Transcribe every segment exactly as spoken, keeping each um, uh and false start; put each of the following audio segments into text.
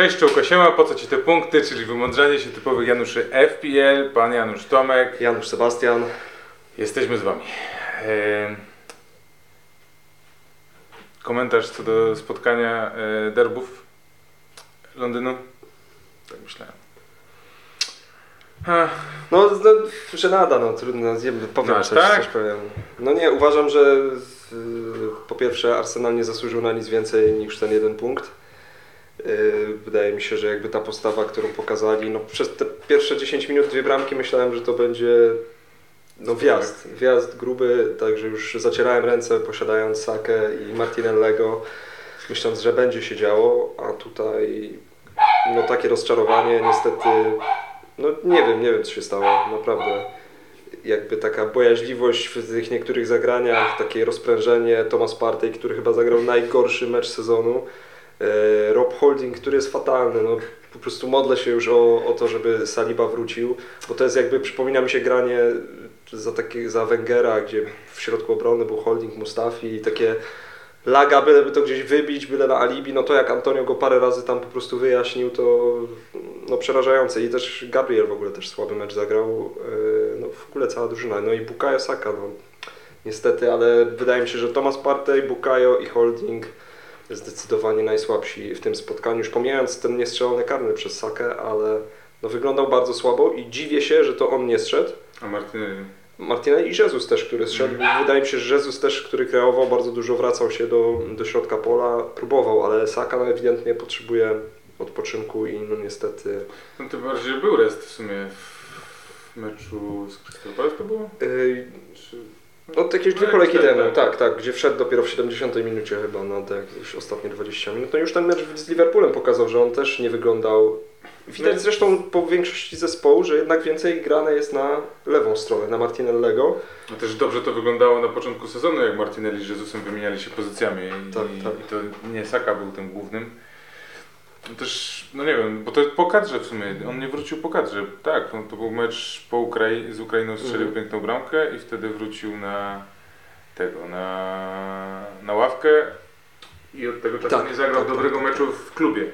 Cześć czołko, siema, po co ci te punkty, czyli wymądrzanie się typowych Januszy F P L, pan Janusz Tomek. Janusz Sebastian. Jesteśmy z wami. Eee... Komentarz co do spotkania e, derbów Londynu? Tak myślałem. Ach. No, no, żenada, no trudno, powiem no, coś, tak? coś powiem. No nie, uważam, że y, po pierwsze Arsenal nie zasłużył na nic więcej niż ten jeden punkt. Y, wydaje mi się, że jakby ta postawa, którą pokazali, no przez te pierwsze dziesięć minut, dwie bramki myślałem, że to będzie no wjazd, wjazd gruby, także już zacierałem ręce posiadając Sakę i Martinellego, myśląc, że będzie się działo, a tutaj no takie rozczarowanie niestety. No nie wiem, nie wiem co się stało, naprawdę. Jakby taka bojaźliwość w tych niektórych zagraniach, takie rozprężenie, Thomas Partey, który chyba zagrał najgorszy mecz sezonu, e, Rob Holding, który jest fatalny, no po prostu modlę się już o, o to, żeby Saliba wrócił, bo to jest jakby, przypomina mi się granie za, takie, za Wengera, gdzie w środku obrony był Holding, Mustafi i takie laga, byleby to gdzieś wybić, byle na alibi, no to jak Antonio go parę razy tam po prostu wyjaśnił, to no przerażające. I też Gabriel w ogóle też słaby mecz zagrał, no w ogóle cała drużyna. No i Bukayo Saka, no niestety, ale wydaje mi się, że Thomas Partey, Bukayo i Holding zdecydowanie najsłabsi w tym spotkaniu, już pomijając ten niestrzelony karny przez Sakę, ale no wyglądał bardzo słabo i dziwię się, że to on nie zszedł. A Martinelli? Martinelli i Jesus też, który zszedł. Mm. Wydaje mi się, że Jesus też, który kreował, bardzo dużo wracał się do, do środka pola, próbował, ale Saka no, ewidentnie potrzebuje odpoczynku i no niestety... No to bardziej był rest w sumie w meczu z Crystal Palace to było? Yy, Czy... No to jakieś dwie kolejki temu, tak, tak, gdzie wszedł dopiero w siedemdziesiątej minucie chyba, na te jakieś ostatnie dwadzieścia minut. No już ten mecz z Liverpoolem pokazał, że on też nie wyglądał... Widać zresztą po większości zespołu, że jednak więcej grane jest na lewą stronę, na Martinellego. No też dobrze to wyglądało na początku sezonu, jak Martinelli z Jezusem wymieniali się pozycjami i, tak, tak. i to nie Saka był tym głównym. No też, no nie wiem, bo to po kadrze w sumie, on nie wrócił po kadrze. Tak, no to był mecz po Ukrai- z Ukrainą, strzelił mm. piękną bramkę i wtedy wrócił na tego, na, na ławkę i od tego czasu tak, nie zagrał tak, dobrego tak, meczu w klubie.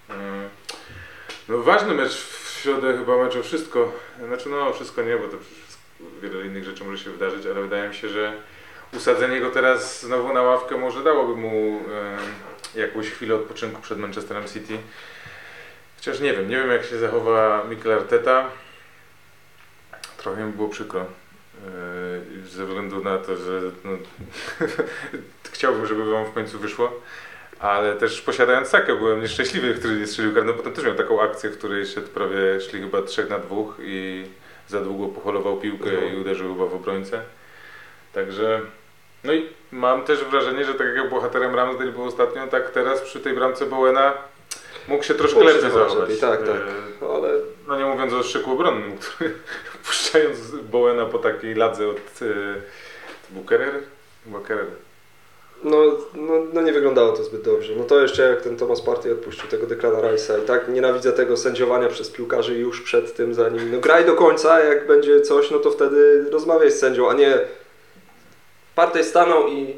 No ważny mecz w środę, chyba mecz o wszystko, znaczy no wszystko nie, bo to wiele innych rzeczy może się wydarzyć, ale wydaje mi się, że usadzenie go teraz znowu na ławkę może dałoby mu e, jakąś chwilę odpoczynku przed Manchesterem City. Chociaż nie wiem, nie wiem jak się zachowa Mikel Arteta, trochę mi było przykro. Yy, ze względu na to, że no, chciałbym, żeby wam w końcu wyszło. Ale też posiadając Sakę byłem nieszczęśliwy, który nie strzelił karnego. Potem też miał taką akcję, w której szedł prawie, szli chyba trzech na dwóch i za długo poholował piłkę no. i uderzył chyba w obrońcę. Także, no i mam też wrażenie, że tak jak bohaterem Ramsdale był ostatnio, tak teraz przy tej bramce Bowena mógł się troszkę lepiej zachować. Tak, tak. No, ale... no nie mówiąc o szyku obronnym, który puszczając Bowena po takiej ladze od... To był Kerrer? Chyba Kerrer. No, no, no nie wyglądało to zbyt dobrze. No to jeszcze jak ten Thomas Partey odpuścił tego Declana Rice'a i tak nienawidzę tego sędziowania przez piłkarzy już przed tym, zanim no graj do końca, jak będzie coś, no to wtedy rozmawiaj z sędzią, a nie Partey stanął i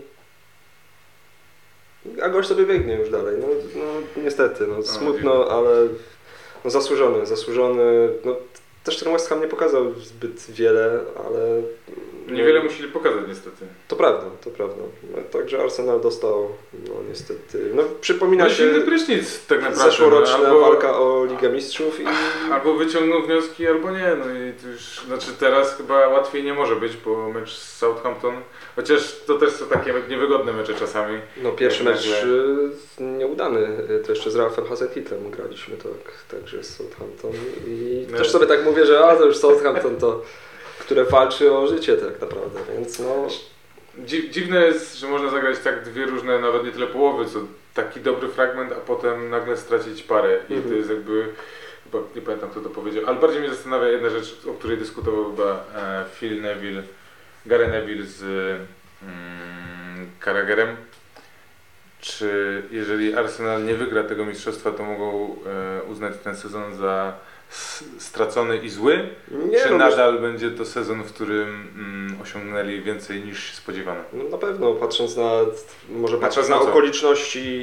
a gość sobie biegnie już dalej. No, no niestety, no smutno, ale no zasłużony, zasłużony. No, też ten West Ham nie pokazał zbyt wiele, ale... Niewiele no, musieli pokazać niestety. To prawda, to prawda. No, także Arsenal dostał, no niestety, no przypomina no, się inny prysznic tak naprawdę. zeszłoroczna albo, walka o Ligę Mistrzów i... Albo wyciągnął wnioski, albo nie. No i to już, znaczy teraz chyba łatwiej nie może być, bo mecz z Southampton, chociaż to też są takie niewygodne mecze czasami. No pierwszy mecz nagle... nieudany, to jeszcze z Ralphem Hasenhutlem graliśmy, tak, także z Southampton i no. też sobie tak mówię, że a to już Southampton to... które walczy o życie tak naprawdę, więc no... Dziwne jest, że można zagrać tak dwie różne, nawet nie tyle połowy, co taki dobry fragment, a potem nagle stracić parę i mm-hmm. to jest jakby, chyba nie pamiętam kto to powiedział, ale bardziej mnie zastanawia jedna rzecz, o której dyskutował chyba e, Phil Neville, Gary Neville z mm, Carragherem. Czy jeżeli Arsenal nie wygra tego mistrzostwa, to mogą e, uznać ten sezon za stracony i zły? Nie, czy no nadal myślę... będzie to sezon, w którym mm, osiągnęli więcej niż się spodziewano? No na pewno, patrząc na, może patrząc na okoliczności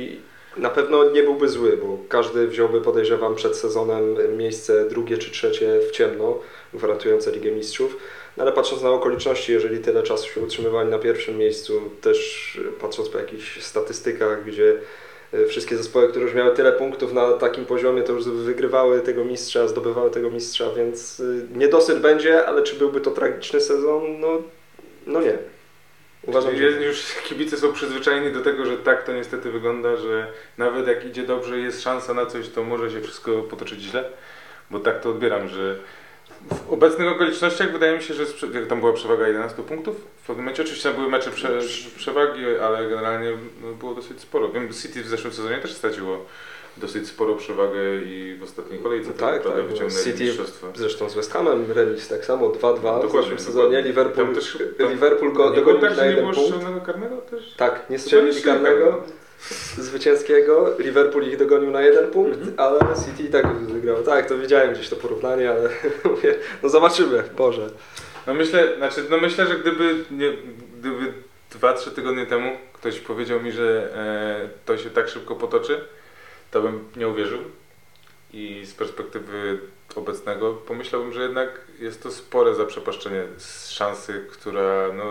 Na pewno nie byłby zły, bo każdy wziąłby, podejrzewam, przed sezonem miejsce drugie czy trzecie w ciemno, gwarantujące Ligę Mistrzów. No ale patrząc na okoliczności, jeżeli tyle czasu się utrzymywali na pierwszym miejscu, też patrząc po jakichś statystykach, gdzie wszystkie zespoły, które już miały tyle punktów na takim poziomie, to już wygrywały tego mistrza, zdobywały tego mistrza, więc niedosyt będzie, ale czy byłby to tragiczny sezon? No, no nie. Uważam, że już kibice są przyzwyczajeni do tego, że tak to niestety wygląda, że nawet jak idzie dobrze, jest szansa na coś, to może się wszystko potoczyć źle, bo tak to odbieram, że w obecnych okolicznościach wydaje mi się, że jak tam była przewaga jedenastu punktów, w pewnym momencie oczywiście były mecze prze, przewagi, ale generalnie no, było dosyć sporo. Wiem, City w zeszłym sezonie też straciło dosyć sporo przewagę i w ostatniej kolejce tak, tak, tak. wyciągnęli City mistrzostwa. Zresztą z West Hamem remis tak samo dwa dwa w zeszłym sezonie. Liverpool, też, tam, Liverpool go dogonił tak, na jeden nie punkt. Strzelonego karnego też? Tak, nie strzelili karnego zwycięskiego. Liverpool ich dogonił na jeden punkt, mm-hmm. ale City i tak wygrał. Tak, to widziałem gdzieś to porównanie, ale mówię, no zobaczymy, Boże. No myślę, znaczy, no myślę, że gdyby, nie, gdyby dwa trzy tygodnie temu ktoś powiedział mi, że e, to się tak szybko potoczy, to bym nie uwierzył i z perspektywy obecnego pomyślałbym, że jednak jest to spore zaprzepaszczenie z szansy, która no...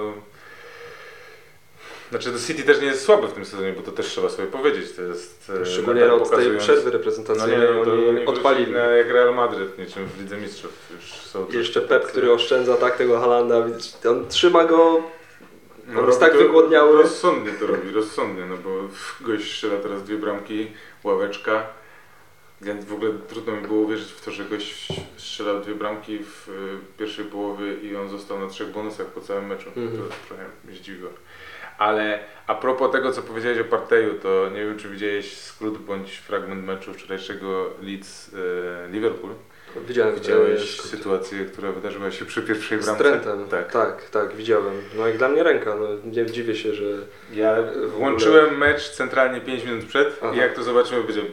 Znaczy to City też nie jest słaby w tym sezonie, bo to też trzeba sobie powiedzieć. To jest, szczególnie tak od tej przerwy reprezentacyjnej no nie, oni, oni odpalili. Na, jak Real Madryt, niczym w Lidze Mistrzów. Już są jeszcze Pep, który oszczędza tak tego Haalanda, on trzyma go. No, on jest tak wygłodniały. Rozsądnie to robi, rozsądnie, no bo gość strzela teraz dwie bramki, ławeczka. Więc w ogóle trudno mi było uwierzyć w to, że gość strzelał dwie bramki w pierwszej połowie i on został na trzech bonusach po całym meczu. Mm-hmm. To trochę mnie zdziwiło. Ale a propos tego, co powiedziałeś o Parteju, to nie wiem, czy widziałeś skrót bądź fragment meczu wczorajszego Leeds-Liverpool. Widziałem. Widziałeś sytuację, która wydarzyła się przy pierwszej bramce? Z Trentem. Tak. tak, tak, widziałem. No jak dla mnie ręka, no nie dziwię się, że... Ja włączyłem ogóle... mecz centralnie pięć minut przed. Aha. I jak to zobaczymy, będziemy...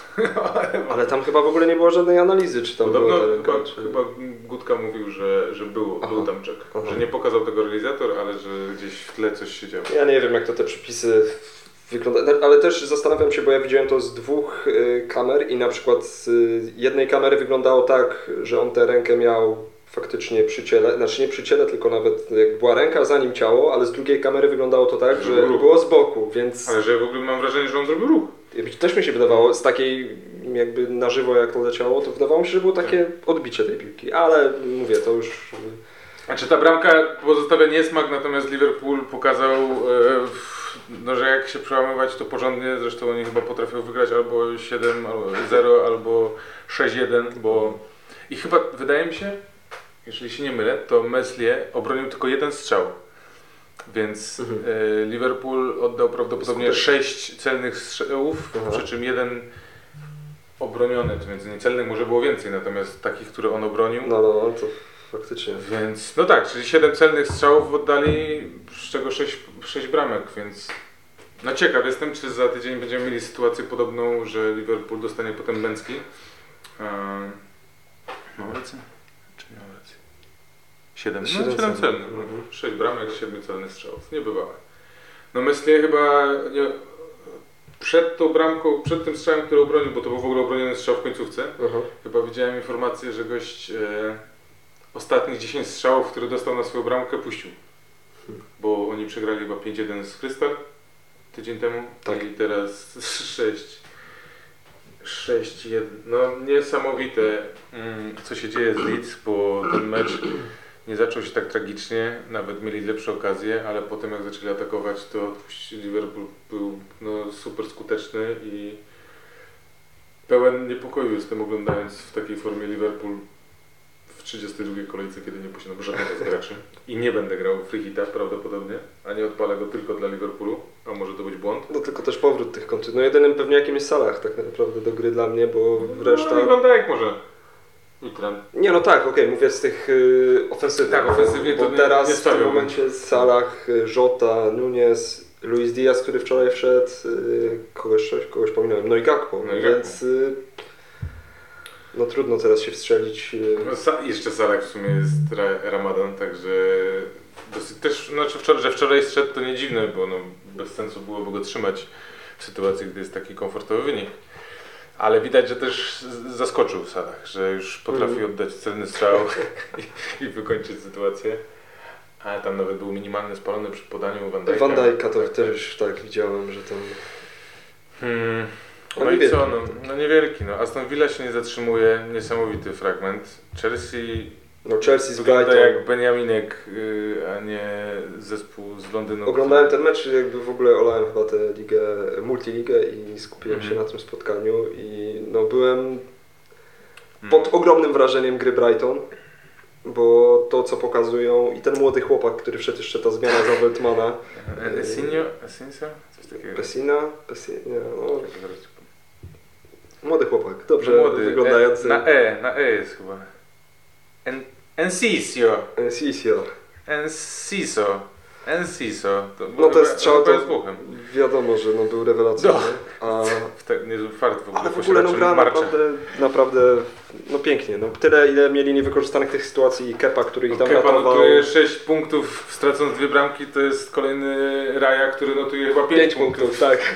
Ale tam chyba w ogóle nie było żadnej analizy, czy tam Podobno była ta ręka, chyba, czy... chyba Gutka mówił, że, że było, był tam czek. Aha. Że nie pokazał tego realizator, ale że gdzieś w tle coś się działo. Ja nie wiem, jak to te przepisy wygląda, ale też zastanawiam się, bo ja widziałem to z dwóch y, kamer i na przykład z y, jednej kamery wyglądało tak, że on tę rękę miał faktycznie przy ciele, znaczy nie przy ciele, tylko nawet jak była ręka za nim ciało, ale z drugiej kamery wyglądało to tak, że, że było z boku, więc... Ale że w ogóle mam wrażenie, że on zrobił ruch. Też mi się wydawało, z takiej jakby na żywo jak to leciało, to wydawało mi się, że było takie odbicie tej piłki, ale mówię, to już... Znaczy ta bramka pozostawia niesmak, natomiast Liverpool pokazał, e, no, że jak się przełamywać to porządnie, zresztą oni chyba potrafią wygrać albo siedem zero, albo sześć jeden, bo i chyba wydaje mi się, jeżeli się nie mylę, to Meslier obronił tylko jeden strzał, więc mhm. e, Liverpool oddał prawdopodobnie sześć celnych strzałów, mhm. przy czym jeden obroniony, więc niecelnych może było więcej, natomiast takich, które on obronił. No, no, no to... Faktycznie. Więc, no tak, czyli siedem celnych strzałów oddali, z czego sześć bramek, więc no ciekaw jestem, czy za tydzień będziemy mieli sytuację podobną, że Liverpool dostanie potem Bęcki. Eee, mam rację? Czy nie mam rację? siedem, no, siedem celnych, mhm. sześć bramek, siedem celnych strzałów, niebywałe. No Meslier chyba nie, przed tą bramką, przed tym strzałem, który obronił, bo to był w ogóle obroniony strzał w końcówce, uh-huh. chyba widziałem informację, że gość... E, ostatnich dziesięć strzałów, które dostał na swoją bramkę, puścił. Bo oni przegrali chyba pięć jeden z Crystal tydzień temu. Tak. I teraz sześć jeden. No niesamowite, co się dzieje z Leeds, bo ten mecz nie zaczął się tak tragicznie. Nawet mieli lepsze okazje, ale potem jak zaczęli atakować, to Liverpool był no, super skuteczny i pełen niepokoju jestem, oglądając w takiej formie Liverpool w trzydziestej drugiej kolejce, kiedy nie posiadam żadnego z graczy i nie będę grał free hita prawdopodobnie, a nie odpalę go tylko dla Liverpoolu, a może to być błąd. No tylko też powrót tych kontuzji. No jedynym pewniakiem jest Salah tak naprawdę do gry dla mnie, bo reszta... No i Van Dijk może. I Trent. Nie no tak, okej, okay, mówię z tych y, ofensywnych. Tak, ofensywnie bo, to bo teraz nie w tym momencie Salah, Jota, Nunez, Luis Diaz, który wczoraj wszedł, y, kogoś, kogoś pominąłem, no i Gakpo, no i więc... Y, No trudno teraz się wstrzelić. No, sa- jeszcze Salah w sumie jest ra- Ramadan, także dosyć też, znaczy wczoraj, że wczoraj strzedł to nie dziwne, bo no, bez sensu byłoby go trzymać w sytuacji, gdy jest taki komfortowy wynik. Ale widać, że też zaskoczył w salach, że już potrafi mm. oddać celny strzał i, i wykończyć sytuację. Ale tam nawet był minimalny spalony przy podaniu Van Dijk'a. Van Dijk'a to tak, też tak widziałem, że tam... Hmm. No, no i niewielki. co, no, no niewielki. No. Aston Villa się nie zatrzymuje, niesamowity fragment. Chelsea, no Chelsea wygląda jak Beniaminek, yy, a nie zespół z Londynu. Oglądałem ten mecz, jakby w ogóle olałem chyba tę ligę, multiligę i skupiłem mm. się na tym spotkaniu i no byłem mm. pod ogromnym wrażeniem gry Brighton, bo to co pokazują i ten młody chłopak, który wszedł jeszcze ta zmiana za Weltmana. Esinio? Esinio? Coś takiego. Pesina? Pesina, no. Młody chłopak, dobrze młody, wyglądający. E, na E, na E jest chyba. En, Enciso. Enciso. Enciso. Enciso. To no to jest strzał, to z wiadomo, że no, był rewelacyjny. No. A... Tak, niezły fart w ogóle. Ale w ogóle no, gra naprawdę, naprawdę no pięknie. No, tyle ile mieli niewykorzystanych tych sytuacji i Kepa, który ich no, tam Kepa ratował. notuje sześć punktów, stracąc dwie bramki, to jest kolejny Raja, który notuje chyba pięć punktów. punktów. Tak.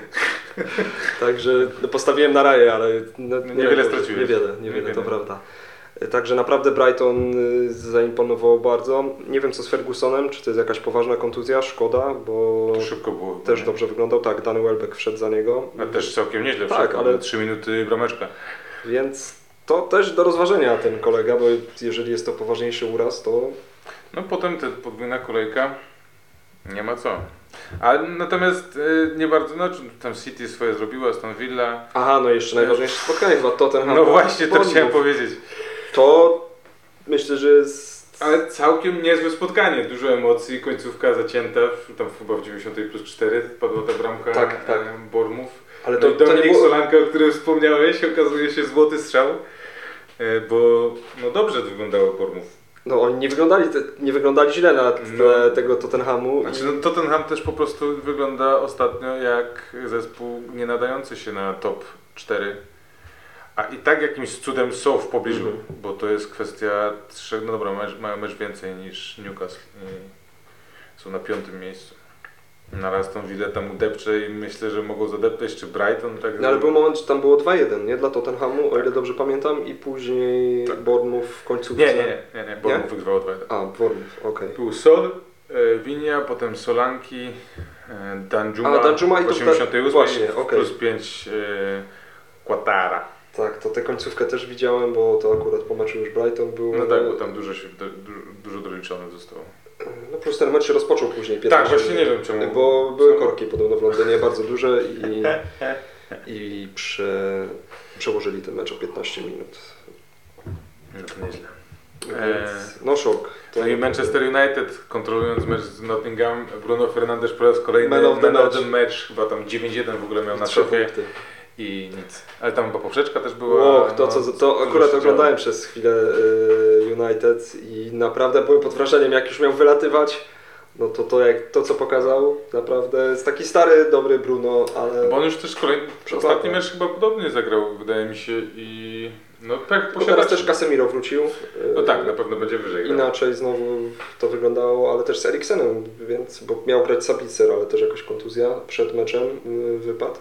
Także no, postawiłem na Raję, ale no, no, niewiele straciłeś. Niewiele, niewiele, niewiele, to prawda. Także naprawdę Brighton zaimponował bardzo. Nie wiem co z Fergusonem, czy to jest jakaś poważna kontuzja, szkoda, bo to szybko było. Też nie? dobrze wyglądał, tak, Danny Welbeck wszedł za niego. A też całkiem nieźle tak, wszedł, ale trzy minuty brameczka. Więc to też do rozważenia ten kolega, bo jeżeli jest to poważniejszy uraz, to... No potem ta podwójna kolejka, nie ma co. A natomiast y, nie bardzo, no tam City swoje zrobiła, Aston Villa. Aha, no jeszcze najważniejsze spotkanie chyba Tottenham. No właśnie, to chciałem powiedzieć. To myślę, że jest... Ale całkiem niezłe spotkanie, dużo emocji, końcówka zacięta, tam chyba w dziewięćdziesiątej plus cztery padła ta bramka tak, tak. Bournemouth. Ale to, no i Dominik to było... Solanka, o którym wspomniałeś, okazuje się złoty strzał, bo no dobrze wyglądało Bournemouth. No oni nie wyglądali, nie wyglądali źle na no, tego Tottenhamu. Znaczy no, Tottenham też po prostu wygląda ostatnio jak zespół nie nadający się na top cztery. A i tak jakimś cudem są w pobliżu, mm -hmm. bo to jest kwestia trzech, no dobra, mecz, mają mecz więcej niż Newcastle i są na piątym miejscu. Na Aston Villa tam udepcze i myślę, że mogą zadeptać, czy Brighton. Tak no ale był moment, że tam było dwa jeden, nie? Dla Tottenhamu, tak. o ile dobrze pamiętam, i później tak. Bournemouth w końcówce. Nie, nie, nie, nie, nie. Bournemouth wygrywał dwa jeden. A, Bournemouth, okej. Okay. Był Sol, e, Vinia, potem Solanki, e, Danjuma, A, Danjuma i to osiemdziesiątej ósmej właśnie, okay. plus pięć e, Quatara. Tak, to tę końcówkę też widziałem, bo to akurat po meczu już Brighton był. No tak, bo tam dużo, się, dużo, dużo doliczone zostało. No plus ten mecz się rozpoczął później. Tak, właśnie nie wiem czemu. Bo były korki podobno w Londynie bardzo duże i, i prze, przełożyli ten mecz o piętnaście minut. No to nieźle. Więc, no szok. No i Manchester United kontrolując mecz z Nottingham, Bruno Fernandes po raz kolejny man of the match. match, chyba tam dziewięć jeden w ogóle miał na szafie. I nic. Ale tam chyba poprzeczka też była. Och, to, co, to akurat oglądałem przez chwilę United i naprawdę byłem pod wrażeniem, jak już miał wylatywać. No to to, jak, to co pokazał, naprawdę jest taki stary, dobry Bruno, ale... Bo on już też kolejny, ostatni mecz chyba podobnie zagrał, wydaje mi się i... No tak, posiadać. Teraz też Casemiro wrócił. No tak, na pewno będzie wyżej. Inaczej znowu to wyglądało, ale też z Eriksenem, więc, bo miał grać Sabitzer, ale też jakaś kontuzja przed meczem wypadł.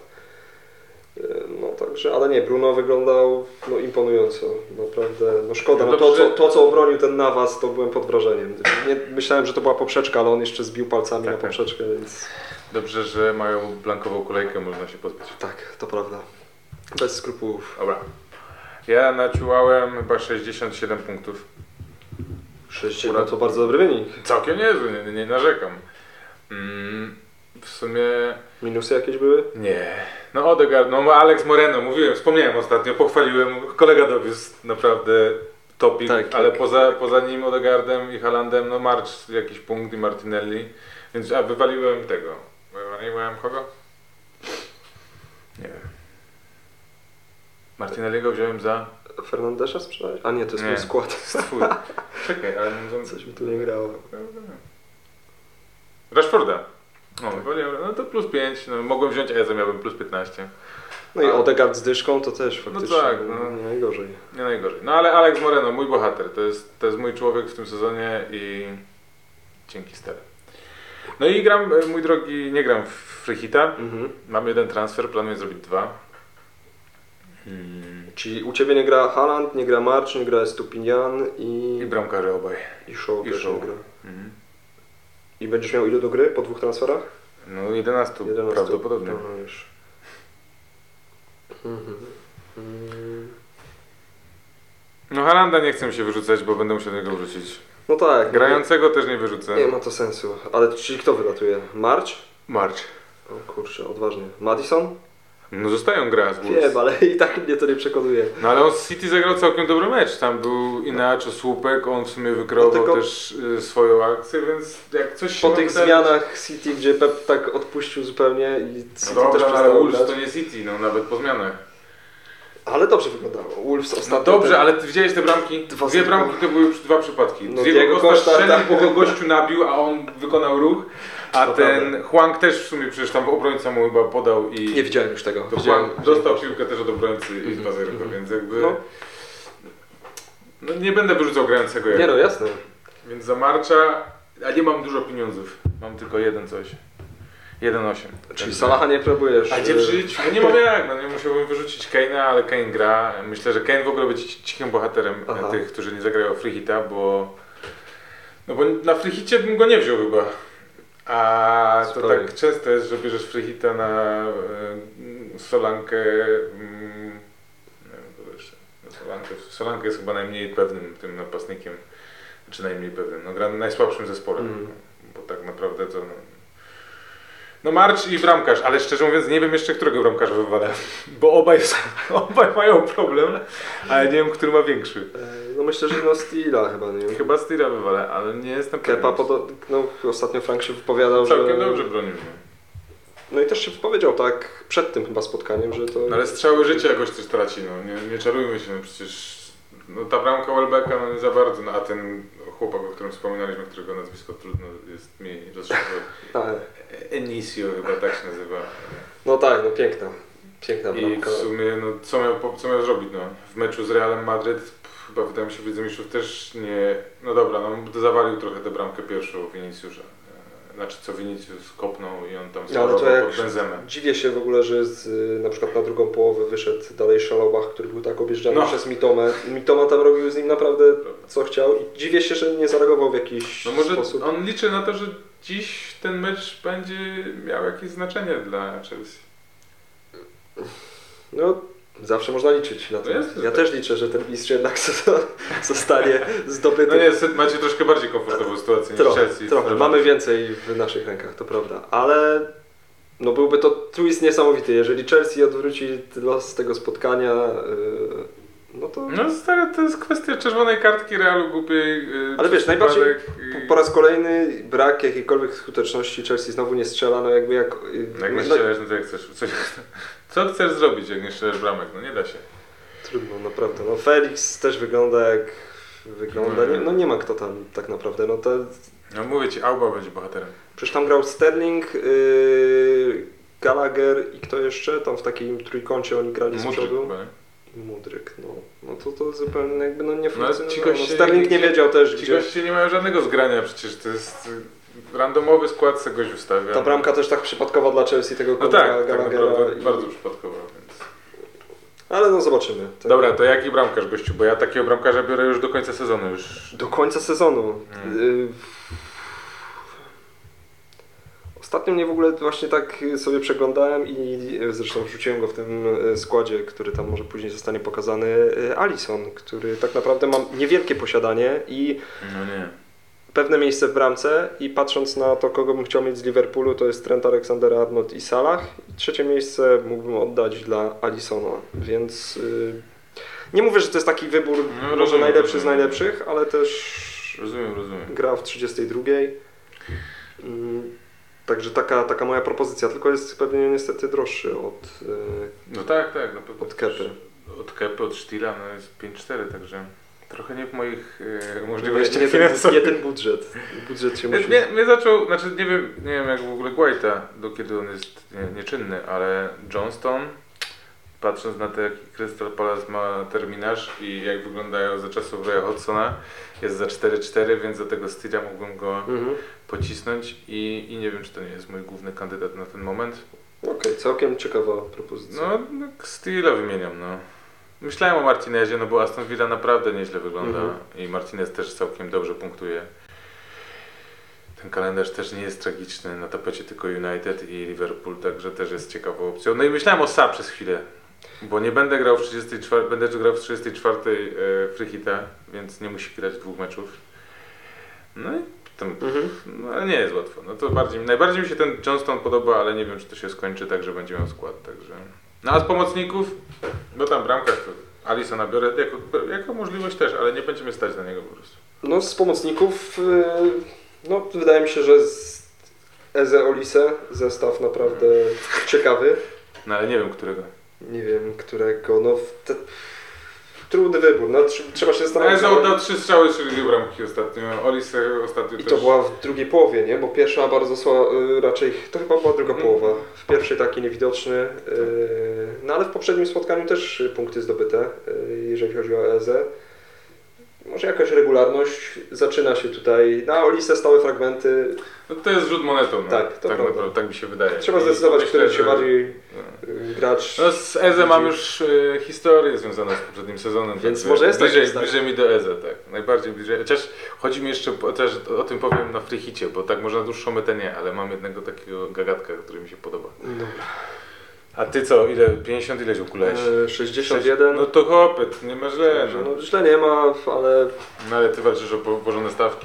No także, ale nie, Bruno wyglądał no, imponująco, naprawdę, no szkoda, no, to, co, to co obronił ten Navas, to byłem pod wrażeniem. Nie, myślałem, że to była poprzeczka, ale on jeszcze zbił palcami tak, na poprzeczkę, tak. Więc... Dobrze, że mają blankową kolejkę, można się pozbyć. Tak, to prawda. Bez skrupułów. Dobra. Ja naciułałem chyba sześćdziesiąt siedem punktów. sześćdziesiąt siedem to bardzo dobry wynik. Całkiem niezły, nie, nie narzekam. Mm, w sumie... Minusy jakieś były? Nie. No Odegaard, no Alex Moreno, mówiłem, wspomniałem ostatnio, pochwaliłem, kolega dowiózł naprawdę topik, tak, ale tak. Poza, poza nim Odegaardem i Haalandem, no March jakiś punkt i Martinelli, więc a wywaliłem tego, wywaliłem kogo? Nie wiem. Martinelliego wziąłem za... Fernandesza sprzedałeś? A nie, to jest nie, mój skład. To jest twój. Czekaj, ale... Coś mi tu nie grało. Rashforda. No, no to plus pięć, no, mogłem wziąć Eze, miałbym plus piętnaście. No i A... Odegaard z dyszką to też faktycznie no tak, no, nie najgorzej. Nie najgorzej. No ale Alex Moreno, mój bohater, to jest, to jest mój człowiek w tym sezonie i dzięki stary. No i gram, mój drogi, nie gram w Freehita. Mhm. Mam jeden transfer, planuję zrobić dwa. Hmm. Czyli u Ciebie nie gra Haaland, nie gra March, nie gra Estupinian i... I bramkarze obaj. I Shaw I też Shaw. nie gra. Mhm. I będziesz miał ile do gry po dwóch transferach? No jedenaście, jedenaście. prawdopodobnie. No, już. Mhm. Mm. No Haalanda nie chcę się wyrzucać, bo będę musiał do niego wrócić. No tak. Grającego też nie wyrzucę. Nie ma to sensu. Ale czyli kto wylatuje? March? March. O kurczę, odważnie. Madison? No zostają gra z Wolves. Wiem, ale i tak mnie to nie przekonuje. No ale on z City zagrał całkiem dobry mecz. Tam był Inacho, słupek, on w sumie wykreował No tylko- też y, swoją akcję, więc jak coś się Po ma tych wydarzyć- zmianach City, gdzie Pep tak odpuścił zupełnie i No City dobra, też ale przestało Wolves grać. to nie City, no nawet po zmianach. Ale dobrze wyglądało. Wolves No ostatnio... dobrze, ten- ale ty widziałeś te bramki? Dwa Dwie sekundy. bramki to były już dwa przypadki. No, Diego Diego Costa Costa, strzelił, tak. bo go gościu nabił, a on wykonał ruch. A To ten prawda. Hwang też w sumie przecież tam obrońca mu chyba podał i... Nie widziałem już tego. To Widziałem, Hwang dostał piłkę też od obrońcy i Mhm, dwa zero, mhm. więc jakby... No. No nie będę wyrzucał grającego jak. Nie no, jasne. Więc za Marcha, a nie mam dużo pieniądzów. Mam tylko jeden coś. jeden osiem. Czyli Salaha nie próbujesz. A gdzie w życiu? No nie mam jak, no nie musiałbym wyrzucić Kane'a, ale Kane gra. Myślę, że Kane w ogóle będzie ci- cichym bohaterem Aha. tych, którzy nie zagrają free hita, bo... No bo na free hicie bym go nie wziął chyba. A to Spokojnie. tak często jest, że bierzesz free hita na y, Solankę... Mm, nie wiem, kogo jeszcze. No, Solankę, Solankę jest chyba najmniej pewnym tym napastnikiem. Czy najmniej pewnym. No gra w najsłabszym zespole. Mhm. Bo tak naprawdę to... No, no March i bramkarz, ale szczerze mówiąc nie wiem jeszcze, którego bramkarza wywalę. Bo obaj, są, obaj mają problem, ale nie wiem, który ma większy. E, No myślę, że no Steela chyba, nie wiem. Chyba Stira wywalę, ale nie jestem Kepa, pewien. podo- no ostatnio Frank się wypowiadał, Całkiem że... dobrze bronił. No i też się wypowiedział tak przed tym chyba spotkaniem, że to... No ale strzały życia jakoś też traci, no nie, nie czarujmy się, no przecież no ta bramka Welbecka no nie za bardzo, no a ten chłopak, o którym wspominaliśmy, którego nazwisko trudno jest mi rozszyfrować. Ale- Enicio chyba tak się nazywa. No tak, no piękna. Piękna I bramka. w sumie, no co miał, po- co miał zrobić, no? W meczu z Realem Madryt, pff, chyba wydaje mi się, w Lidze Mistrzów też nie... No dobra, no zawalił trochę tę bramkę pierwszą Viniciusza. E, Znaczy co Vinicius kopnął i on tam No, ale to sparował jak pod Benzemę. dziwię się w ogóle, że z, y, na przykład na drugą połowę wyszedł dalej Szalobach, który był tak objeżdżany No. przez Mitomę. Mitoma tam robił z nim naprawdę co chciał i dziwię się, że nie zareagował w jakiś No może sposób. on liczy na to, że dziś ten mecz będzie miał jakieś znaczenie dla Chelsea. No, zawsze można liczyć na to. No jest to ja tak. też liczę, że ten mistrz jednak zostanie zdobyty. No nie, sy- macie troszkę bardziej komfortową sytuację niż Trochę, Chelsea. trochę. Mamy więcej w naszych rękach, to prawda. Ale no byłby to twist niesamowity. Jeżeli Chelsea odwróci los tego spotkania, yy, no to No stary, to jest kwestia czerwonej kartki Realu głupiej. Yy, Ale wiesz, najbardziej przypadek i- po raz kolejny brak jakiejkolwiek skuteczności. Chelsea znowu nie strzela, no jakby jak... yy, Jak nie no, strzelasz, no to jak chcesz. Coś, co chcesz zrobić, jak nie strzelasz bramek? No nie da się. Trudno, naprawdę. No Felix też wygląda jak wygląda. Nie, no nie ma kto tam tak naprawdę. No to... No mówię ci, Auba będzie bohaterem. Przecież tam grał Sterling, yy, Gallagher i kto jeszcze? Tam w takim trójkącie oni grali z Mudryk przodu. chyba, nie? I Mudryk, no. No to, to zupełnie jakby no nie No, funkcjonowało. ci No, goście- Sterling nie wiedział też, Ci gdzie... goście nie mają żadnego zgrania przecież, to jest y, randomowy skład, se goś ustawia. Ta bramka też tak przypadkowa dla Chelsea, tego No Conora tak, tak Gallaghera. naprawdę i- bardzo przypadkowo, więc... Ale no zobaczymy. Tak. Dobra, to jaki bramkarz, gościu? Bo ja takiego bramkarza biorę już do końca sezonu już. Do końca sezonu. Hmm. Y, Ostatnio mnie w ogóle właśnie tak sobie przeglądałem i zresztą wrzuciłem go w tym składzie, który tam może później zostanie pokazany. Alisson, który tak naprawdę ma niewielkie posiadanie i No nie. pewne miejsce w bramce i patrząc na to, kogo bym chciał mieć z Liverpoolu, to jest Trent Alexander-Arnold i Salah. I trzecie miejsce mógłbym oddać dla Alissona, więc yy, nie mówię, że to jest taki wybór No, może rozumiem, najlepszy rozumiem. z najlepszych, ale też Rozumiem, rozumiem. gra w trzydziestej drugiej. Mm, Także taka, taka moja propozycja, tylko jest pewnie niestety droższy od... Yy, No tak, tak. No, pewnie Od Kepy. Od Kepy, od Stila, no jest pięć cztery, także trochę nie w moich e, nie, możliwościach nie, ten, finansowych. nie ten budżet. Budżet się Mnie, musi... mnie, mnie zaczął, znaczy nie wiem, nie wiem jak w ogóle Guaita, do kiedy on jest nie, nieczynny, ale Johnston patrząc na to, jaki Crystal Palace ma terminarz i jak wyglądają za czasów Roya Hodgsona, jest za cztery cztery, więc do tego Steela mógłbym go mhm. pocisnąć i, i nie wiem, czy to nie jest mój główny kandydat na ten moment. Okej, okay, całkiem ciekawa propozycja. No, no Steela wymieniam, no. Myślałem o Martinezie, no bo Aston Villa naprawdę nieźle wygląda mhm. i Martinez też całkiem dobrze punktuje. Ten kalendarz też nie jest tragiczny, na tapecie tylko United i Liverpool, także też jest ciekawą opcją. No i myślałem o Sa przez chwilę, bo nie będę grał w trzydziestej czwartej, będę grał w trzydziestej czwartej e, free hita, więc nie musi grać dwóch meczów. No i tam, mhm. no, ale nie jest łatwo. No to bardziej, najbardziej mi się ten Johnston podoba, ale nie wiem, czy to się skończy tak, że będzie miał skład, także. No a z pomocników, bo tam bramka, to Alissona biorę jako, jako możliwość też, ale nie będziemy stać na niego po prostu. No z pomocników, yy, no wydaje mi się, że z Eze Olise zestaw naprawdę ciekawy. No ale nie wiem którego. Nie wiem którego, no te, trudny wybór, no trzeba się zastanowić. Eze oddał trzy strzały, czyli dwie bramki ostatnio, Olise ostatnio I też. to była w drugiej połowie, nie? Bo pierwsza bardzo słaba, raczej, to chyba była druga mm. połowa. W pierwszej taki niewidoczny, yy, no ale w poprzednim spotkaniu też punkty zdobyte, yy, jeżeli chodzi o Eze. Może jakaś regularność zaczyna się tutaj, na Olise stałe fragmenty. No to jest rzut monetą, no. Tak, to tak, naprawdę, tak mi się wydaje. Trzeba zdecydować, który się bardziej no. gracz. No z Eze mam już y, historię związaną z poprzednim sezonem. Więc tak, może jest bliżej, tak, bliżej mi do Eze, tak. Najbardziej bliżej. Chociaż chodzi mi jeszcze, też o tym powiem na free hicie, bo tak może na dłuższą metę nie, ale mam jednego takiego gagatka, który mi się podoba. Dobra. A ty co, ile? pięćdziesiąt ile ukulałeś? Eee, sześćdziesiąt jeden. No to hopyt, nie ma źle. No. no źle nie ma, ale... No ale ty walczysz o położone stawki.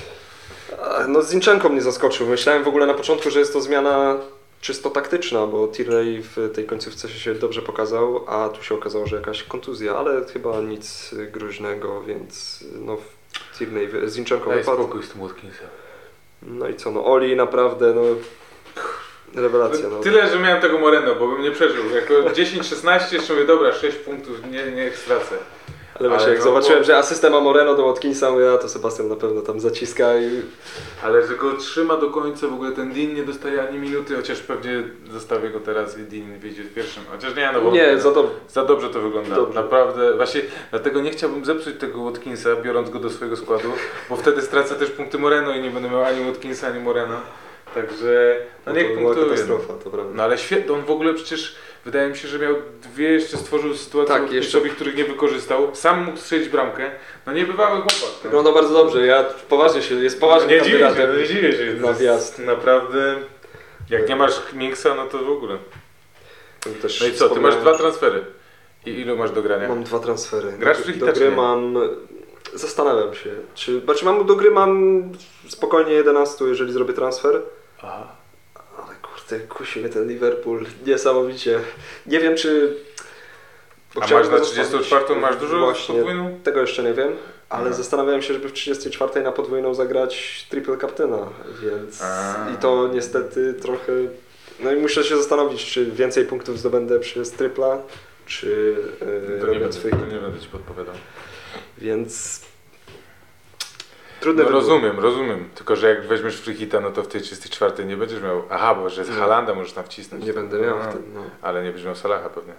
No, no Zinchenko mnie zaskoczył. Myślałem w ogóle na początku, że jest to zmiana czysto taktyczna, bo Tierney w tej końcówce się dobrze pokazał, a tu się okazało, że jakaś kontuzja, ale chyba nic groźnego, więc no Tierney, Zinchenko Daj wypadł. spokój z tym Watkinsem. No i co, no Oli naprawdę, no... Rewelacja. No. Tyle, że miałem tego Moreno, bo bym nie przeżył. Jako dziesięć szesnaście jeszcze mówię, dobra, sześć punktów, nie, nie stracę. Ale właśnie jak no, zobaczyłem, bo... że asystę ma Moreno do Watkinsa, mówię, a to Sebastian na pewno tam zaciska i... Ale że go trzyma do końca, w ogóle ten Dean nie dostaje ani minuty, chociaż pewnie zostawię go teraz i Dean wyjdzie w pierwszym. Chociaż nie, no bo nie, za, do... za dobrze to wygląda. Dobrze. Naprawdę, właśnie dlatego nie chciałbym zepsuć tego Watkinsa, biorąc go do swojego składu, bo wtedy stracę też punkty Moreno i nie będę miał ani Watkinsa, ani Moreno. Także, no, no niech punktuje. Katastrofa, to prawda. No ale świetnie, on w ogóle przecież, wydaje mi się, że miał dwie, jeszcze stworzył sytuacje, tak, jeszcze... których nie wykorzystał. Sam mógł strzelić bramkę. No niebywały chłopak. Wygląda bardzo dobrze, ja poważnie się, jest poważny no, nie dziwię się, nie dziwię się. Na wjazd. Naprawdę, jak nie masz Minksa, no to w ogóle. Też no i co, ty masz dwa transfery. I ilu masz do grania? Mam dwa transfery. Grasz w do, do gry mam... Zastanawiam się, czy, znaczy mam do gry mam spokojnie jedenaście, jeżeli zrobię transfer. Aha. Ale kurde, kusi mnie ten Liverpool niesamowicie. Nie wiem czy... Bo a masz na trzydziestą czwartą masz dużo właśnie, podwójną? Tego jeszcze nie wiem, ale Aha. zastanawiałem się, żeby w trzydziestej czwartej na podwójną zagrać triple captaina, więc a. i to niestety trochę... No i muszę się zastanowić, czy więcej punktów zdobędę przez tripla, czy yy, robiąc swoich... To nie będę ci podpowiadał. Więc trudne. No rozumiem, rozumiem. Tylko że jak weźmiesz free hita, no to w tej trzydziestej czwartej nie będziesz miał. Aha, bo że z Haalanda możesz tam wcisnąć. Nie będę miał no, wtedy. No. Ale nie będziesz miał Salaha pewnie.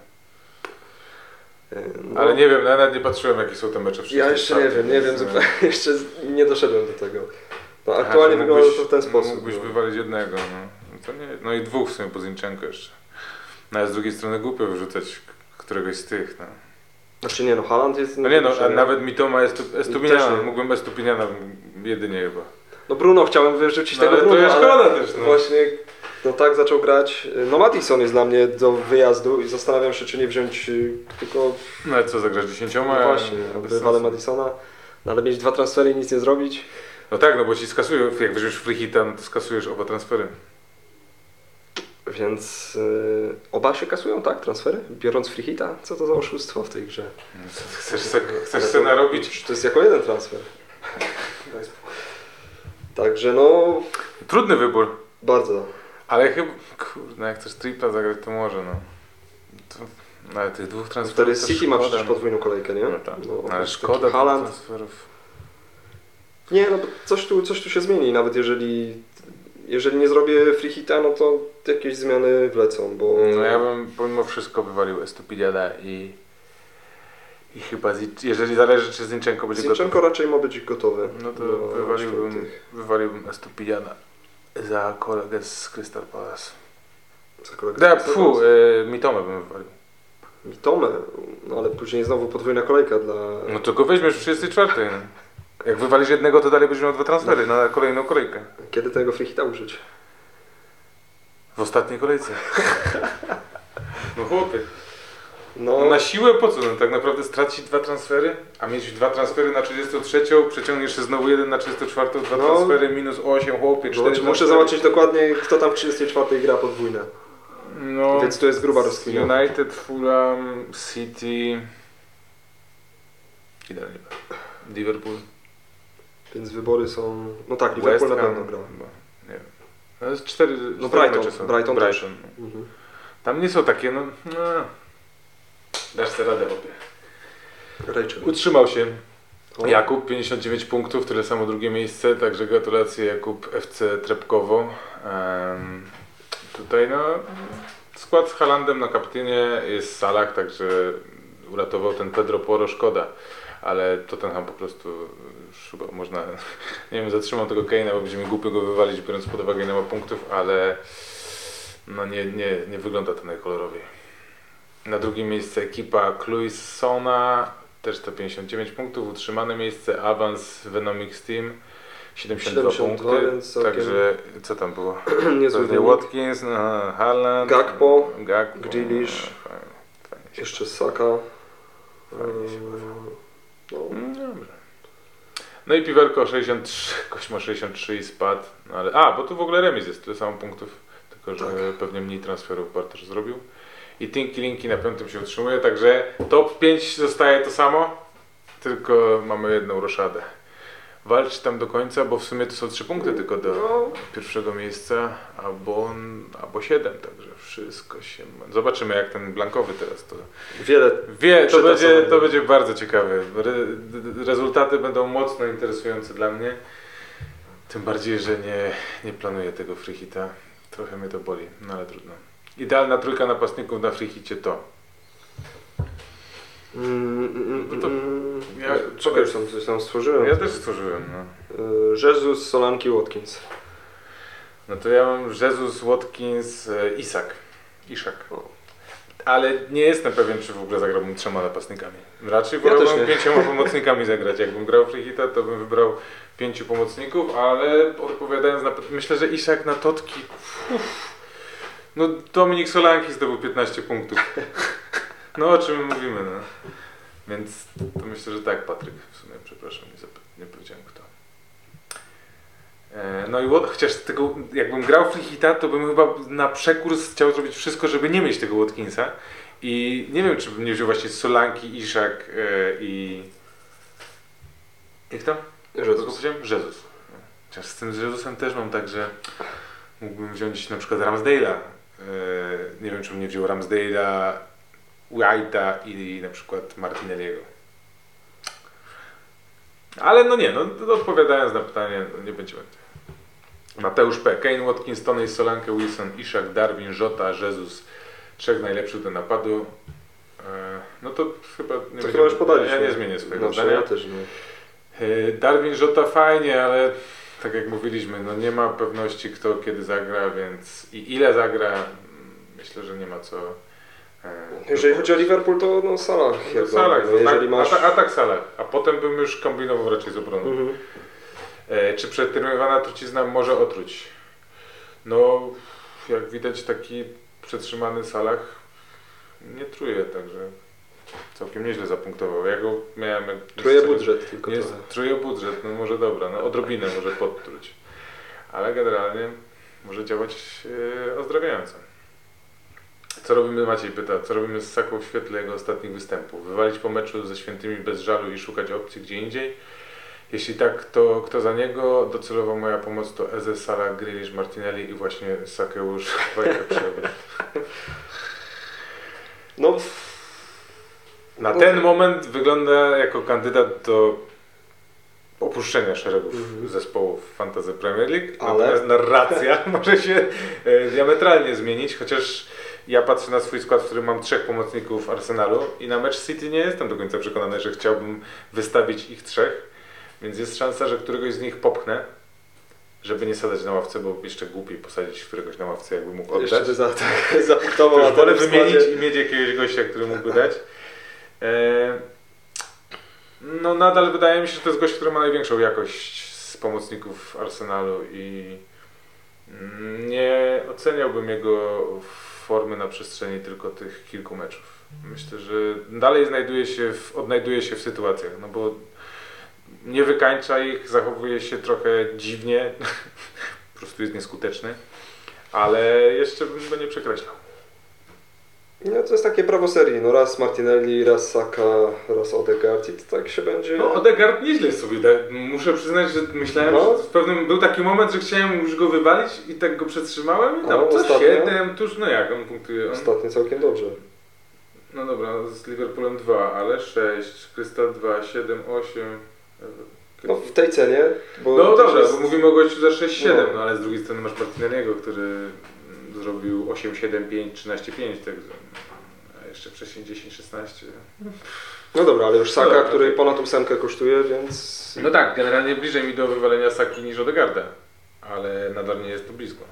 No. Ale nie wiem, nawet nie patrzyłem jakie są te mecze w Ja jeszcze nie wiem, nie wiem, zupełnie, jeszcze nie doszedłem do tego. No aktualnie Aha, wygląda to w ten sposób. Mógłbyś no. wywalić jednego, no. To nie, no i dwóch w sumie po Zinchenko jeszcze. No a z drugiej strony głupio wyrzucać któregoś z tych, no. Znaczy nie no, Haaland jest... No nie no, a nawet Mitoma Estupiniana, mógłbym Estupiniana jedynie chyba. No Bruno, chciałem wyrzucić no, tego ale Bruno, to jest szkoda też, no. Właśnie, no tak zaczął grać. No Maddison jest dla mnie do wyjazdu i zastanawiam się, czy nie wziąć tylko... No ale co, zagrasz dziesięcioma? No właśnie, wywalę Maddisona, no ale mieć dwa transfery i nic nie zrobić. No tak, no bo ci skasują, jak weźmiesz free hita, no to skasujesz oba transfery. Więc yy, oba się kasują, tak, transfery? Biorąc free hita? Co to za oszustwo w tej grze? No, chcesz se, chcesz se narobić? To jest jako jeden transfer. Także no... Trudny wybór. Bardzo. Ale chyba, kurde, jak chcesz tripla zagrać, to może, no. To, no ale tych dwóch transferów Wtedy City ma przecież podwójną kolejkę, nie? No tak, no, ale szkoda Haaland. transferów. Nie, no coś tu, coś tu się zmieni, nawet jeżeli jeżeli nie zrobię free hita, no to jakieś zmiany wlecą, bo... No ja bym pomimo wszystko wywalił Estupidiana i, i chyba, z, jeżeli zależy czy Zinchenko będzie Zinchenko gotowy. raczej ma być gotowy. No to wywaliłbym, wywaliłbym Estupidiana za kolegę z Crystal Palace. Za kolegę Da, z Crystal fu, Palace? y, Mitomę bym wywalił. Mitomę, no ale później znowu podwójna kolejka dla... No to go weźmiesz w trzydziestej czwartej. Jak wywalisz jednego, to dalej będziesz miał dwa transfery no. na kolejną kolejkę. Kiedy tego free hita użyć? W ostatniej kolejce. No chłopie. No, No na siłę po co? No tak naprawdę stracić dwa transfery, a mieć dwa transfery na trzydziestą trzecią, przeciągniesz jeszcze znowu jeden na trzydziestą czwartą, dwa No. transfery, minus osiem, chłopie, cztery znaczy, muszę transfery. zobaczyć dokładnie, kto tam w trzydziestej czwartej gra podwójne. No, Więc to jest gruba rozkmina. United, Fulham, City, idealnie. Liverpool, Więc wybory są... No tak, West Liverpool na Ham, pewno gra. chyba. Nie wiem. No jest cztery, No cztery Brighton, mecze są. Brighton też. Brighton. Mhm. Tam nie są takie, no, no. Dasz sobie radę, chłopie. Rachel. Utrzymał się O. Jakub, pięćdziesiąt dziewięć punktów, tyle samo drugie miejsce, także gratulacje Jakub F C Trepkowo. Um, tutaj no, skład z Haalandem na kapitanie jest Salah, także uratował ten Pedro Porro, szkoda. Ale Tottenham po prostu już chyba można, nie wiem, zatrzymał tego Kane'a, bo będzie mi głupio go wywalić, biorąc pod uwagę ile ma punktów, ale no nie, nie, nie wygląda to najkolorowiej. Na drugim miejsce ekipa Cluisona, też to pięćdziesiąt dziewięć punktów, utrzymane miejsce, awans Venomix Team, siedemdziesiąt dwa siedemdziesiąt dwa, punkty, więc całkiem... także co tam było? Niezły Pewnie wynik. Watkins, no, Haaland, Gakpo, Gakpo, Grealish. no, fajnie, fajnie się, Jeszcze Saka. fajnie się bawiło. No, Mm, Dobrze. No i Piwerko sześćdziesiąt trzy, Koś ma sześćdziesiąt trzy i spadł, no ale, a, bo tu w ogóle remis jest, tyle samo punktów, tylko że Tak. pewnie mniej transferów Bartosz zrobił. I Tinky Linki na piątym się utrzymuje, także top pięć zostaje to samo, tylko mamy jedną roszadę. Walcz tam do końca, bo w sumie to są trzy punkty tylko do no, pierwszego miejsca, albo, albo siedem, także wszystko się... Zobaczymy jak ten blankowy teraz to... wiele. Wie, to Przetasowanie. będzie, to będzie bardzo ciekawe. Re, rezultaty będą mocno interesujące dla mnie. Tym bardziej, że nie, nie planuję tego free hita. Trochę mnie to boli, no ale trudno. Idealna trójka napastników na free hicie to. Mm, mm, No to mm, ja- Czekaj, już tam coś tam stworzyłem. Ja też stworzyłem, no. Y, Jesus, Solanki, Watkins. No to ja mam Jesus, Watkins, e, Isak. Iszak. O. Ale nie jestem pewien, czy w ogóle zagrałbym trzema napastnikami. Raczej Ja też wolałbym nie. pięcioma pomocnikami zagrać. Jakbym grał free hita, to bym wybrał pięciu pomocników, ale odpowiadając na... Myślę, że Isak na Totki... Uff. No Dominik Solanki zdobył piętnaście punktów. No o czym my mówimy, no. Więc to myślę, że tak, Patryk. W sumie, przepraszam, nie, zap- nie powiedziałem kto. E, No i Wat- chociaż tego, jakbym grał free hita, to bym chyba na przekurs chciał zrobić wszystko, żeby nie mieć tego Watkinsa. I nie wiem, czy bym nie wziął właśnie Solanki, Iszak e, i... Jak to? Kogo Jesus. powiedziałem? Jezus. No. Chociaż z tym Jezusem też mam tak, że mógłbym wziąć na przykład Ramsdale'a. E, nie wiem, czy bym nie wziął Ramsdale'a, White'a i na przykład Martinelliego. Ale no nie, no odpowiadając na pytanie, no nie będziemy. Mateusz P. Kane, Watkins, Toney, Solanke, Wilson, Ishak, Darwin, Jota, Jesus. Trzech najlepszych do napadu. E, no to chyba nie To będziemy- chyba już podaliśmy. Ja nie zmienię swojego Znaczy, zdania. ja też nie. E, Darwin, Jota fajnie, ale tak jak mówiliśmy, no nie ma pewności kto kiedy zagra, więc i ile zagra, myślę, że nie ma co. e, Jeżeli chodzi o Liverpool, to no Salah. No jak Salah, no, jeżeli atak, masz... atak, atak Salah, a potem bym już kombinował raczej z obroną. Mhm. E, czy przeterminowana trucizna może otruć? No, jak widać taki przetrzymany Salah nie truje, także całkiem nieźle zapunktował. Ja go miałem... Jak Truje budżet tylko Jest, trochę. truje budżet, no może dobra, no odrobinę może podtruć. Ale generalnie może działać e, ozdrawiająco. Co robimy, Maciej pyta, co robimy z Saką w świetle jego ostatnich występów? Wywalić po meczu ze świętymi bez żalu i szukać opcji gdzie indziej? Jeśli tak, to kto za niego? Docelowo moja pomoc to Eze, Salah, Grealish, Martinelli i właśnie Sakeusz Wajka Przewód. No, Na No. ten moment wygląda jako kandydat do oprócz rozpuszczenia szeregów Mhm. zespołów Fantasy Premier League, Ale- natomiast narracja może się e, diametralnie zmienić, chociaż ja patrzę na swój skład, w którym mam trzech pomocników Arsenalu i na mecz City nie jestem do końca przekonany, że chciałbym wystawić ich trzech, więc jest szansa, że któregoś z nich popchnę, żeby nie sadać na ławce, bo jeszcze głupiej posadzić któregoś na ławce, jakby mógł oddać. Jeszcze by za, tak, zapunktował, To a już wolę ten w wymienić składzie- i mieć jakiegoś gościa, który mógłby dać. E, no nadal wydaje mi się, że to jest gość, który ma największą jakość z pomocników Arsenalu i mm, nie oceniałbym jego formy na przestrzeni tylko tych kilku meczów. Myślę, że dalej znajduje się w, odnajduje się w sytuacjach, no bo nie wykańcza ich, zachowuje się trochę dziwnie, po prostu jest nieskuteczny, ale jeszcze bym go nie przekreślał. No to jest takie prawo serii, no raz Martinelli, raz Saka, raz Odegaard i to tak się będzie... No Odegaard nieźle sobie da. Muszę przyznać, że myślałem, No. że w pewnym był taki moment, że chciałem już go wywalić i tak go przetrzymałem i tam No, co ostatnio? siedem, tuż no jak on punktuje? On, Ostatnio całkiem dobrze. no dobra, z Liverpoolem dwa, ale sześć, Krystal dwa, siedem, osiem. No w tej cenie, bo... No też dobra, jest- bo mówimy o gościu za sześć siedem, No. no ale z drugiej strony masz Martinelliego, który zrobił osiem siedem pięć, trzynaście pięć, także a jeszcze wcześniej dziesięć szesnaście. No dobra, ale już Saka, Dobra, który okej. ponad ósemkę kosztuje, więc... No tak, generalnie bliżej mi do wywalenia Saki niż Odegaarda, ale nadal nie jest to blisko.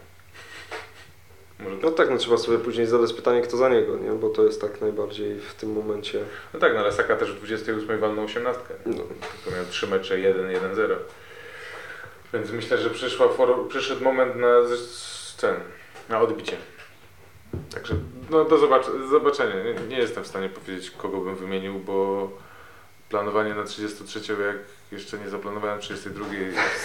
Może No tak, no trzeba sobie później zadać pytanie, kto za niego, nie? Bo to jest tak najbardziej w tym momencie... No tak, no ale Saka też w dwudziestej ósmej walnął osiemnastkę. No. Tylko miał trzy mecze jeden jeden zero. Więc myślę, że przyszła for, przyszedł moment na z- ten, na odbicie. Także no do zobacz, zobaczenia. Nie, nie jestem w stanie powiedzieć, kogo bym wymienił, bo planowanie na trzydziestą trzecią, jak jeszcze nie zaplanowałem trzydziestej drugiej.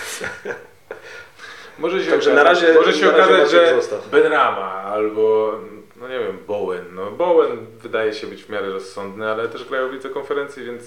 Może się Także okazać, na razie- może się na razie okazać, Maciek że zostaw. Benrahma albo no nie wiem, Bowen. No Bowen wydaje się być w miarę rozsądny, ale też grają w lidze konferencji, więc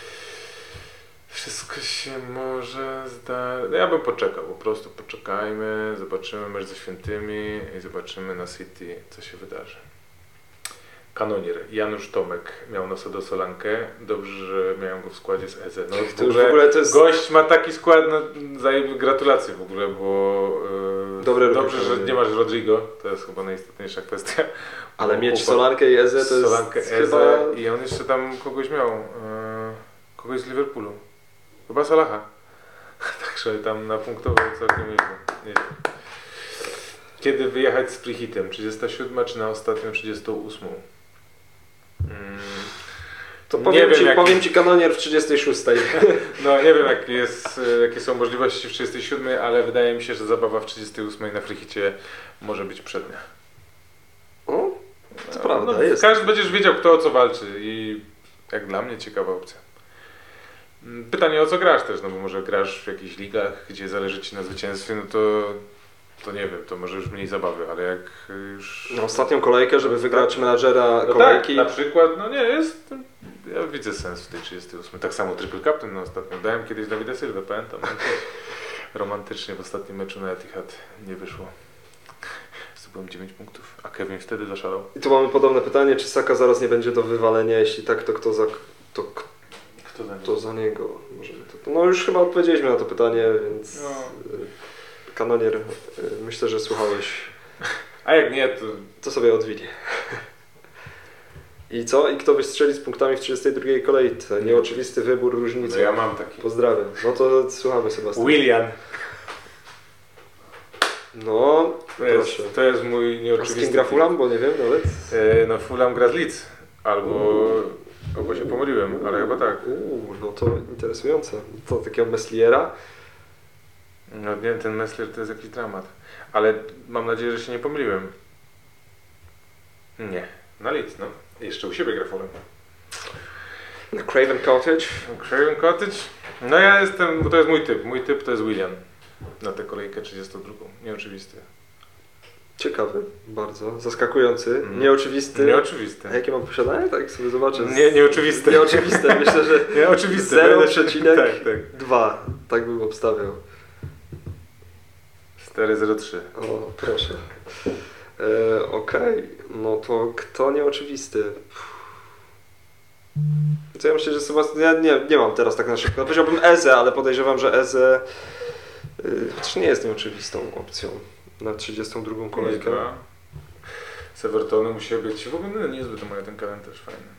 wszystko się może zdarzyć. No ja bym poczekał, po prostu poczekajmy, zobaczymy mecz ze Świętymi i zobaczymy na City, co się wydarzy. Kanonier, Janusz Tomek miał nosa Solankę, dobrze, że miałem go w składzie z Eze. No, w To już ogóle w ogóle to jest... gość ma taki skład, no, zajmę gratulacje w ogóle, bo yy, Dobre ruchy dobrze, że Kanonier. nie masz Rodrigo, to jest chyba najistotniejsza kwestia. Ale Bo mieć chłopak- Solankę i Eze to jest Solankę, chyba... Eze i on jeszcze tam kogoś miał, yy, kogoś z Liverpoolu, chyba Salaha. Także tam napunktował całkiem nieźle. nieźle. Kiedy wyjechać z prehitem? trzydziesta siódma czy na ostatnią trzydziestą ósmą? Mm, To nie powiem, wiem, ci, jak- powiem ci Kanonier w trzydziestej szóstej. No nie wiem jakie, jest, e, jakie są możliwości w trzydziestej siódmej, ale wydaje mi się, że zabawa w trzydziestej ósmej na freehicie może być przednia. O, to No, prawda, no, jest. Każdy będziesz wiedział, kto o co walczy i jak dla mnie ciekawa opcja. Mm, Pytanie o co grasz też, no bo może grasz w jakichś ligach, gdzie zależy ci na zwycięstwie, no to, to nie wiem, to może już mniej zabawy, ale jak już... Na ostatnią kolejkę, żeby wygrać menadżera No tak, kolejki. na przykład, no nie, jest, ja widzę sens w tej trzydziestej ósmej. Tak samo triple captain na ostatnio. Dałem kiedyś Dawida Silva, pamiętam. Romantycznie w ostatnim meczu na Etihad nie wyszło. Zdobyłem dziewięć punktów, a Kevin wtedy zaszalał. I tu mamy podobne pytanie, czy Saka zaraz nie będzie do wywalenia, jeśli tak, to kto za, to Kto za nim? kto za niego? Możemy to, no już chyba odpowiedzieliśmy na to pytanie, więc No. y, Kanonier, y, myślę, że słuchałeś, A jak nie, to to sobie odwili. I co? I kto wystrzeli z punktami w trzydziestej drugiej kolejce? Nieoczywisty wybór, różnica. no ja mam taki. Pozdrawiam. No to słuchamy, Sebastian. Willian. No, To jest, proszę. to jest mój A z nieoczywisty. kim gra Fulham? Bo nie wiem nawet. E, no Fulham gra z Leeds. Albo... Albo się pomyliłem, ale chyba tak. Uuu, no to interesujące. To takiego Mesliera. No nie, ten Messler to jest jakiś dramat. Ale mam nadzieję, że się nie pomyliłem. Nie, na Leeds, no. Jeszcze u siebie gra Fulham. Na Craven Cottage. Craven Cottage? No ja jestem, bo to jest mój typ. Mój typ to jest Willian. Na tę kolejkę trzydziestą drugą. Nieoczywisty. Ciekawy, bardzo. Zaskakujący, Mm. nieoczywisty. Nieoczywisty. A jakie mam posiadanie? Tak sobie zobaczę. Nie, nieoczywiste. Nieoczywiste. Myślę, że Nieoczywiste. zero Będę- przecinek Tak, tak. dwa. Tak bym obstawiał. cztery zero trzy. O, proszę. E, Okej, no to kto nieoczywisty? To ja myślę, że Sebastian, ja nie, nie mam teraz tak na szybko. Powiedziałbym Eze, ale podejrzewam, że Eze yy, chociaż nie jest nieoczywistą opcją na trzydziestą drugą kolejkę. Z Evertonem musi być, w ogóle no, niezbyt mają ten kalendarz fajny.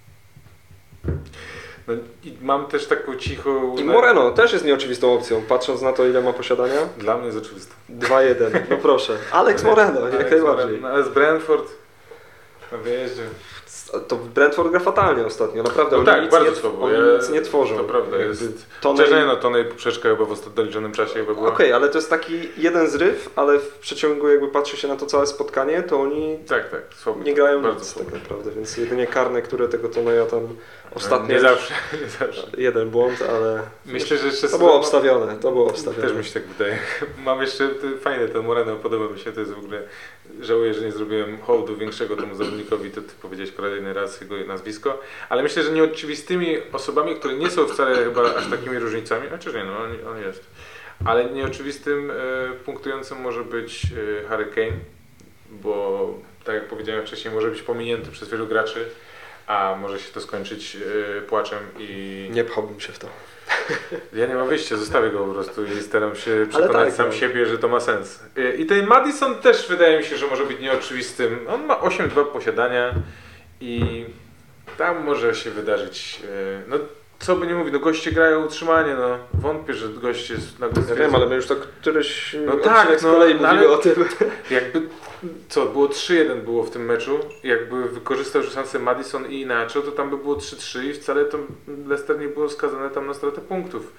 No i mam też taką cichą... I Moreno też jest nieoczywistą opcją, patrząc na to, ile ma posiadania. Dla mnie jest oczywiste. dwa jeden, no proszę. Alex Moreno, jak najbardziej. No, ale z Brentford na wyjeździe... To Brentford gra fatalnie ostatnio, naprawdę. No oni tak, nic bardzo nie, słabo. oni Ja, nic nie tworzą. To prawda, jest... Tonej... Chociaż nie, no Tonej poprzeczka chyba w ostatnim doliczonym czasie chyba była. Okej, okay, ale to jest taki jeden zryw, ale w przeciągu jakby patrzy się na to całe spotkanie, to oni tak, tak, słabo, nie grają bardzo nic słabo. tak naprawdę, więc jedynie karne, które tego Toneja tam ostatnio... Nie zawsze, nie zawsze. Jeden błąd, ale... Myślę, że jeszcze... To było obstawione, to było obstawione. Też mi się tak wydaje. Mam jeszcze, fajne ten Moreno, podoba mi się, to jest w ogóle... Żałuję, że nie zrobiłem hołdu większego temu zawodnikowi, to ty powiedziałeś kolejny raz jego nazwisko, ale myślę, że nieoczywistymi osobami, które nie są wcale chyba aż takimi różnicami, chociaż nie, no on, on jest, ale nieoczywistym e, punktującym może być e, Harry Kane, bo tak jak powiedziałem wcześniej, może być pominięty przez wielu graczy, a może się to skończyć e, płaczem i... Nie pchałbym się w to. Ja nie mam wyjścia, zostawię go po prostu i staram się przekonać tak, sam no. siebie, że to ma sens. I ten Maddison też wydaje mi się, że może być nieoczywistym. On ma osiem dwa posiadania i tam może się wydarzyć, no co by nie mówić, no goście grają utrzymanie, no wątpię, że goście nagle Ja wiem, ale my już to któryś no tak, z kolei no, mówimy ale o tym. Jakby, co, było trzy jeden było w tym meczu, jakby wykorzystał szansę Maddison i inaczej, to tam by było trzy trzy i wcale to Leicester nie było skazane tam na stratę punktów.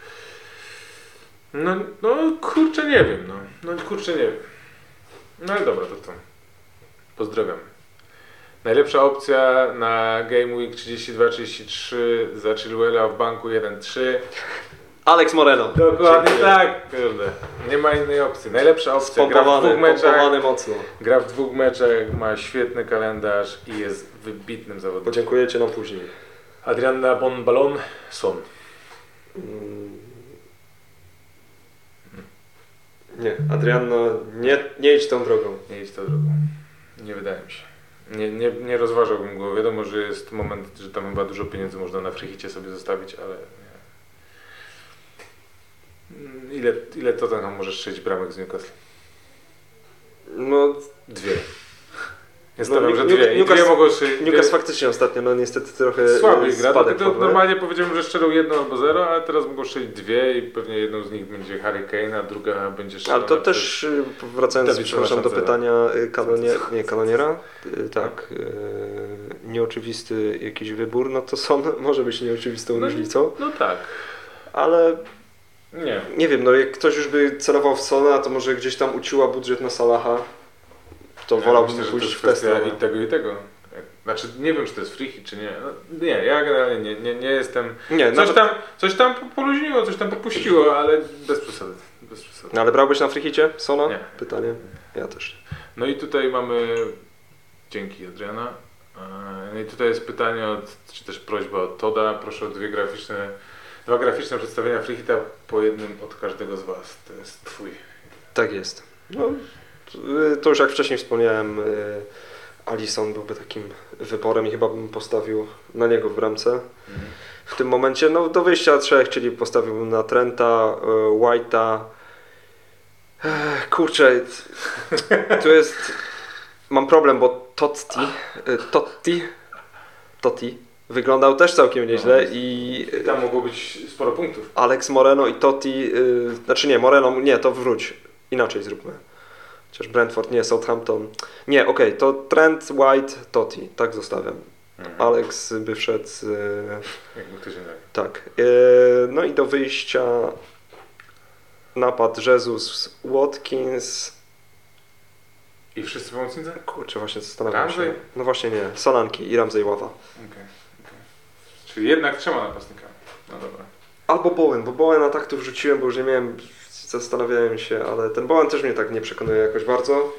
No, no kurczę nie wiem, no, no kurczę nie wiem. No ale dobra, to to. Pozdrawiam. Najlepsza opcja na Game Week trzydzieści dwa trzydzieści trzy za Chilwella w banku jeden trzy. Alex Moreno. Dokładnie tak, kurde. Nie ma innej opcji. Najlepsza opcja. Gra w dwóch meczach. Mocno. Gra w dwóch meczach, ma świetny kalendarz i jest wybitnym zawodnikiem. Podziękuję Ci na później. Adriana Bonbalon, Son. Mm. Nie, Adriano, nie, nie idź tą drogą. Nie idź tą drogą. Nie wydaje mi się. Nie, nie, nie rozważałbym go. Wiadomo, że jest moment, że tam chyba dużo pieniędzy można na frichicie sobie zostawić, ale nie. Ile, ile to tam możesz strzelić bramek z Newcastle? No, dwie. Ja no, stawiam, że dwie. I dwie mogą strzelić. Newcastle faktycznie ostatnio, no niestety trochę słabiej gra. spadek To, to normalnie powiedziałbym, że strzelą jedno albo zero, ale teraz mogą strzelić dwie i pewnie jedną z nich będzie Harry Kane, a druga będzie strzelona. Ale to też, wracając przepraszam, do pytania kanonier, nie, kanoniera, tak, e, nieoczywisty jakiś wybór, no to Son może być nieoczywistą no, różnicą. No tak. Ale nie. nie wiem, no jak ktoś już by celował w Sona, to może gdzieś tam uciła budżet na Salaha, to ja wolałbym myślę, pójść w testa. I tego i tego. Znaczy nie wiem, czy to jest free hit, czy nie. No, nie, ja generalnie nie, nie, nie jestem... Nie, coś, nawet... tam, coś tam poluźniło, coś tam popuściło, ale bez przesady. Bez przesady. No, ale brałbyś na free hicie Sona? Nie. Pytanie? Ja też. No i tutaj mamy... Dzięki Adriana. No i tutaj jest pytanie, od, czy też prośba od Toda. Proszę o dwie graficzne, dwa graficzne przedstawienia free hita po jednym od każdego z Was. To jest Twój. Tak jest. No, to już jak wcześniej wspomniałem, Alisson byłby takim wyborem i chyba bym postawił na niego w bramce. Mhm. W tym momencie, no do wyjścia trzech, czyli postawiłbym na Trenta, White'a. Kurczę, tu jest... Mam problem, bo Totti, Totti, Totti wyglądał też całkiem nieźle no, i... Tam mogło być sporo punktów. Alex Moreno i Totti, yy, znaczy nie, Moreno, nie, to wróć. Inaczej zróbmy. Chociaż Brentford, nie, Southampton. Nie, okej, okay, to Trent, White, Totti, tak zostawiam. Mhm. Alex by wszedł... Yy, Jakby ktoś inny. Tak. Yy, no i do wyjścia napad Jesus, Watkins... I wszyscy pomocnicy? Kurczę, właśnie zastanawiam się. No właśnie nie, Solanki i Ramsey Ława. Okay, okay. Czyli jednak trzema napastnikami. No dobra. Albo Bowen, bo Bowena tak tu wrzuciłem, bo już nie miałem, zastanawiałem się, ale ten Bowen też mnie tak nie przekonuje jakoś bardzo.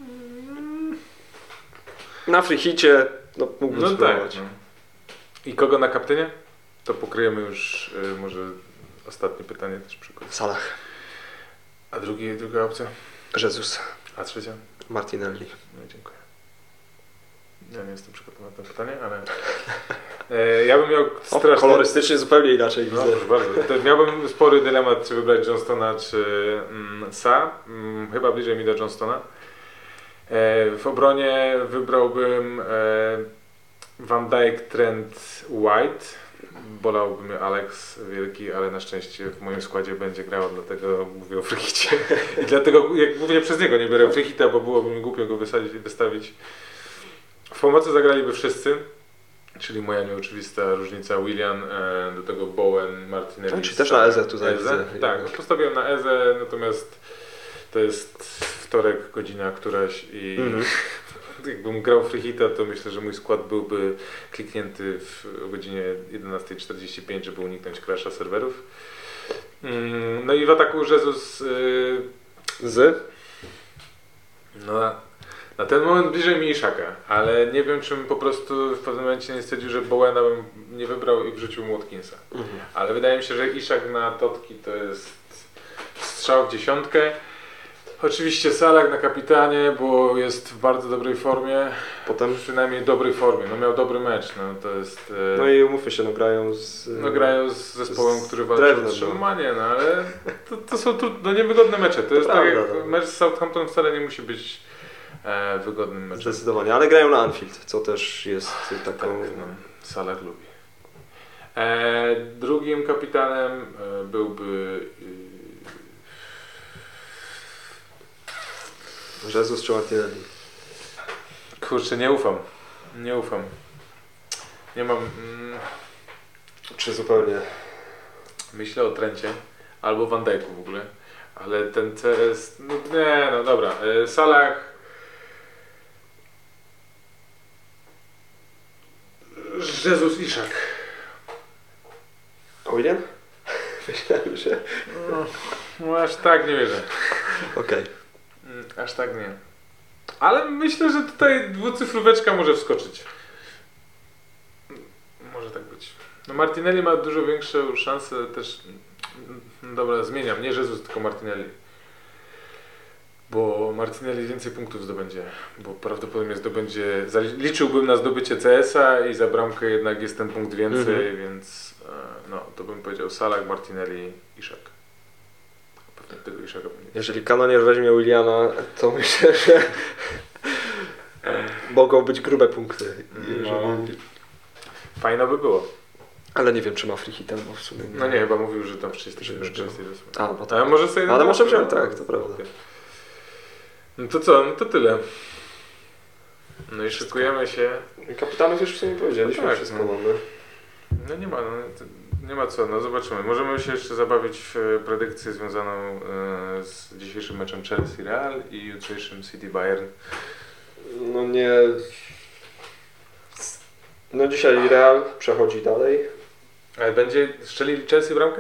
Na free hicie, no mógłbym no spróbować. Tak, no. I kogo na kaptynie? To pokryjemy już y, może ostatnie pytanie też przykład. Salah. A drugi, druga opcja? Jesus. A trzecia? Martinelli. No dziękuję. Ja nie jestem przygotowany na to pytanie, ale e, ja bym miał O, straszny... kolorystycznie zupełnie inaczej No, widzę. proszę bardzo. To miałbym spory dylemat, czy wybrać Johnstona, czy mm, Sa. Mm, chyba bliżej mi do Johnstona. E, w obronie wybrałbym e, Van Dijk, Trent, White. Bolałby mnie Alex Wielki, ale na szczęście w moim składzie będzie grał, dlatego mówię o Frichicie. I dlatego, jak mówię, przez niego nie biorę Frichita, bo byłoby mi głupio go wysadzić i wystawić. W pomocy zagraliby wszyscy, czyli moja nieoczywista różnica Willian, e, do tego Bowen, Martinelli. No, czyli też na Eze tutaj Eze. widzę. Tak, no, postawiłem na Eze, natomiast to jest wtorek, godzina któraś i Mhm. jakbym grał Frichita, to myślę, że mój skład byłby kliknięty w, o godzinie jedenasta czterdzieści pięć, żeby uniknąć crasha serwerów. Mm, no i w ataku Jesus yy, Z? no, na, na ten moment bliżej mi Ishaka, ale nie wiem, czym po prostu w pewnym momencie nie stwierdził, że Bowena bym nie wybrał i wrzucił mu Watkinsa. Mhm. Ale wydaje mi się, że Ishak na Totki to jest strzał w dziesiątkę. Oczywiście Salah na kapitanie, bo jest w bardzo dobrej formie. Potem? Przynajmniej dobrej formie. No miał dobry mecz, no to jest... E, No i umówmy się, no grają z... no grają z zespołem, z który walczy drewnem, o no. utrzymanie, no ale to, to są trud, no, niewygodne mecze. To, To jest prawda, tak jak no. mecz z Southampton wcale nie musi być e, wygodnym meczem. Zdecydowanie, ale grają na Anfield, co też jest taką... Tak, no, Salah lubi. E, drugim kapitanem e, byłby... E, Jesus czy Martinelli? kurczę, nie ufam. Nie ufam. Nie mam... Mm, Czy zupełnie? myślę o Trencie. Albo Van Dijku w ogóle. Ale ten C S... No, nie, no dobra. E, Salah... Jesus Ishak. A William? Myślałem, że... No, no aż tak nie wierzę. Okej. Mm, Aż tak nie. Ale myślę, że tutaj dwucyfróweczka może wskoczyć. Może tak być. No Martinelli ma dużo większą szansę też... No dobra, zmieniam. Nie Jesus, tylko Martinelli. Bo Martinelli więcej punktów zdobędzie. Bo prawdopodobnie zdobędzie... zali- Liczyłbym na zdobycie C S a i za bramkę jednak jest ten punkt więcej, Mhm. więc e, no to bym powiedział Salah, Martinelli, Ishak. Pewnie tego Ishaka bym nie... Jeżeli kanonier weźmie Williana, to myślę, że mogą być grube punkty. No. Jeżeli... Fajno by było. Ale nie wiem, czy ma free hita, bo w sumie nie. No nie, chyba mówił, że tam w trzydzieści Że już już był. jest. A, no Ale tak. może sobie... Ale może no, wziąć, no, tak, to prawda. okej. No to co, no to tyle. No i szykujemy się. Kapitanów już w sumie powiedzieliśmy, No tak, wszystko no. mamy. No nie ma, no, to- nie ma co, no zobaczymy. Możemy się jeszcze zabawić w predykcję związaną e, z dzisiejszym meczem Chelsea-Real i jutrzejszym City-Bayern. No nie... No dzisiaj Real przechodzi dalej. Ale będzie strzelili Chelsea bramkę?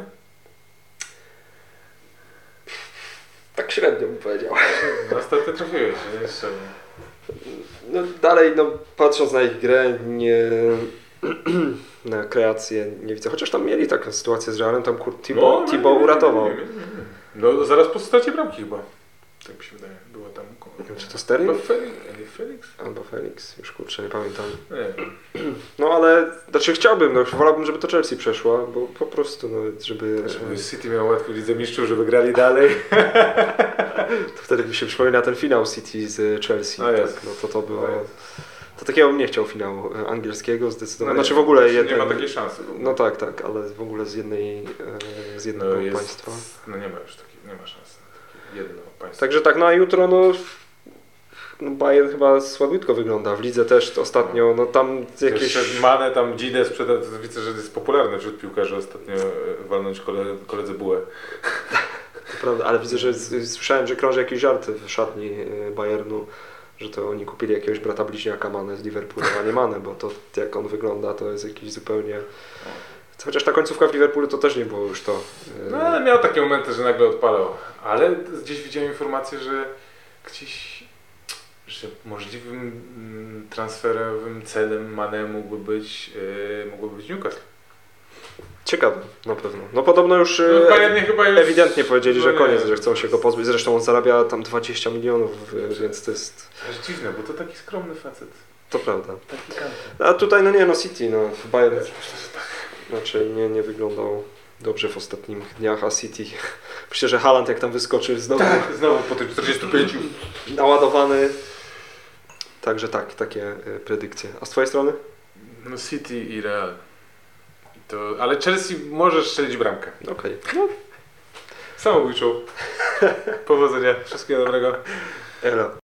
Tak średnio bym powiedział. No ostatnio trafiłeś, nie strzelnie. No dalej, no patrząc na ich grę, nie... na kreację nie widzę. Chociaż tam mieli taką sytuację z Realem, tam kur... Thibaut, no, Thibaut nie, nie, uratował. nie, nie, nie, nie. No zaraz po stracie bramki chyba. Tak mi się wydaje. Było tam... Czy to Sterling? Chyba Felix? Nie, Felix? Albo Felix, już kurczę, nie pamiętam. Nie wiem. No ale, znaczy chciałbym, no wolałbym, żeby to Chelsea przeszła, bo po prostu, no żeby... Żeby City miał łatwiej w Lidze Mistrzów, żeby grali dalej. To wtedy mi się przypomina ten finał City z Chelsea. O Tak, jest. no to to było... O jest. To takiego bym nie chciał finału e, angielskiego zdecydowanie. No znaczy nie, w ogóle właśnie jeden... nie ma takiej szansy. w ogóle. No tak, tak, ale w ogóle z jednej, e, z jednego No jest, państwa. no nie ma już takiej, nie ma szans na takie jedno państwo. Także tak, no a jutro no, no Bayern chyba słabiutko wygląda. W lidze też to ostatnio, no tam jakieś... Jeszcze Mane tam Gide sprzeda, to widzę, że jest popularne wśród piłkarzy ostatnio e, walnąć kole, koledze bułę. To prawda, ale widzę, że z, słyszałem, że krąży jakiś żart w szatni e, Bayernu, że to oni kupili jakiegoś brata bliźniaka Mane z Liverpoolu, a nie Mane, bo to jak on wygląda, to jest jakiś zupełnie... Chociaż ta końcówka w Liverpoolu to też nie było już to. e, No ale miał takie momenty, że nagle odpalał. Ale gdzieś widziałem informację, że gdzieś, że możliwym mm, transferowym celem Mane mógłby być, yy, mógłby być Newcastle. Ciekawe, na pewno. No podobno już e, No, w Bayernie chyba już ewidentnie powiedzieli, że no koniec, nie, że chcą się go pozbyć. Zresztą on zarabia tam dwadzieścia milionów, e, więc to jest... Aż dziwne, bo to taki skromny facet. To prawda. Taki kanter. A tutaj, no nie, no City, no Bayern raczej nie, nie wyglądał dobrze w ostatnich dniach, a City, myślę, że Haaland jak tam wyskoczy znowu Tak, znowu po tych czterdziestu pięciu. naładowany. Także tak, takie y, predykcje. A z twojej strony? No City i Real. To, ale Chelsea może strzelić bramkę. Okej. No, Samobójczą. Powodzenia. Wszystkiego dobrego. elo.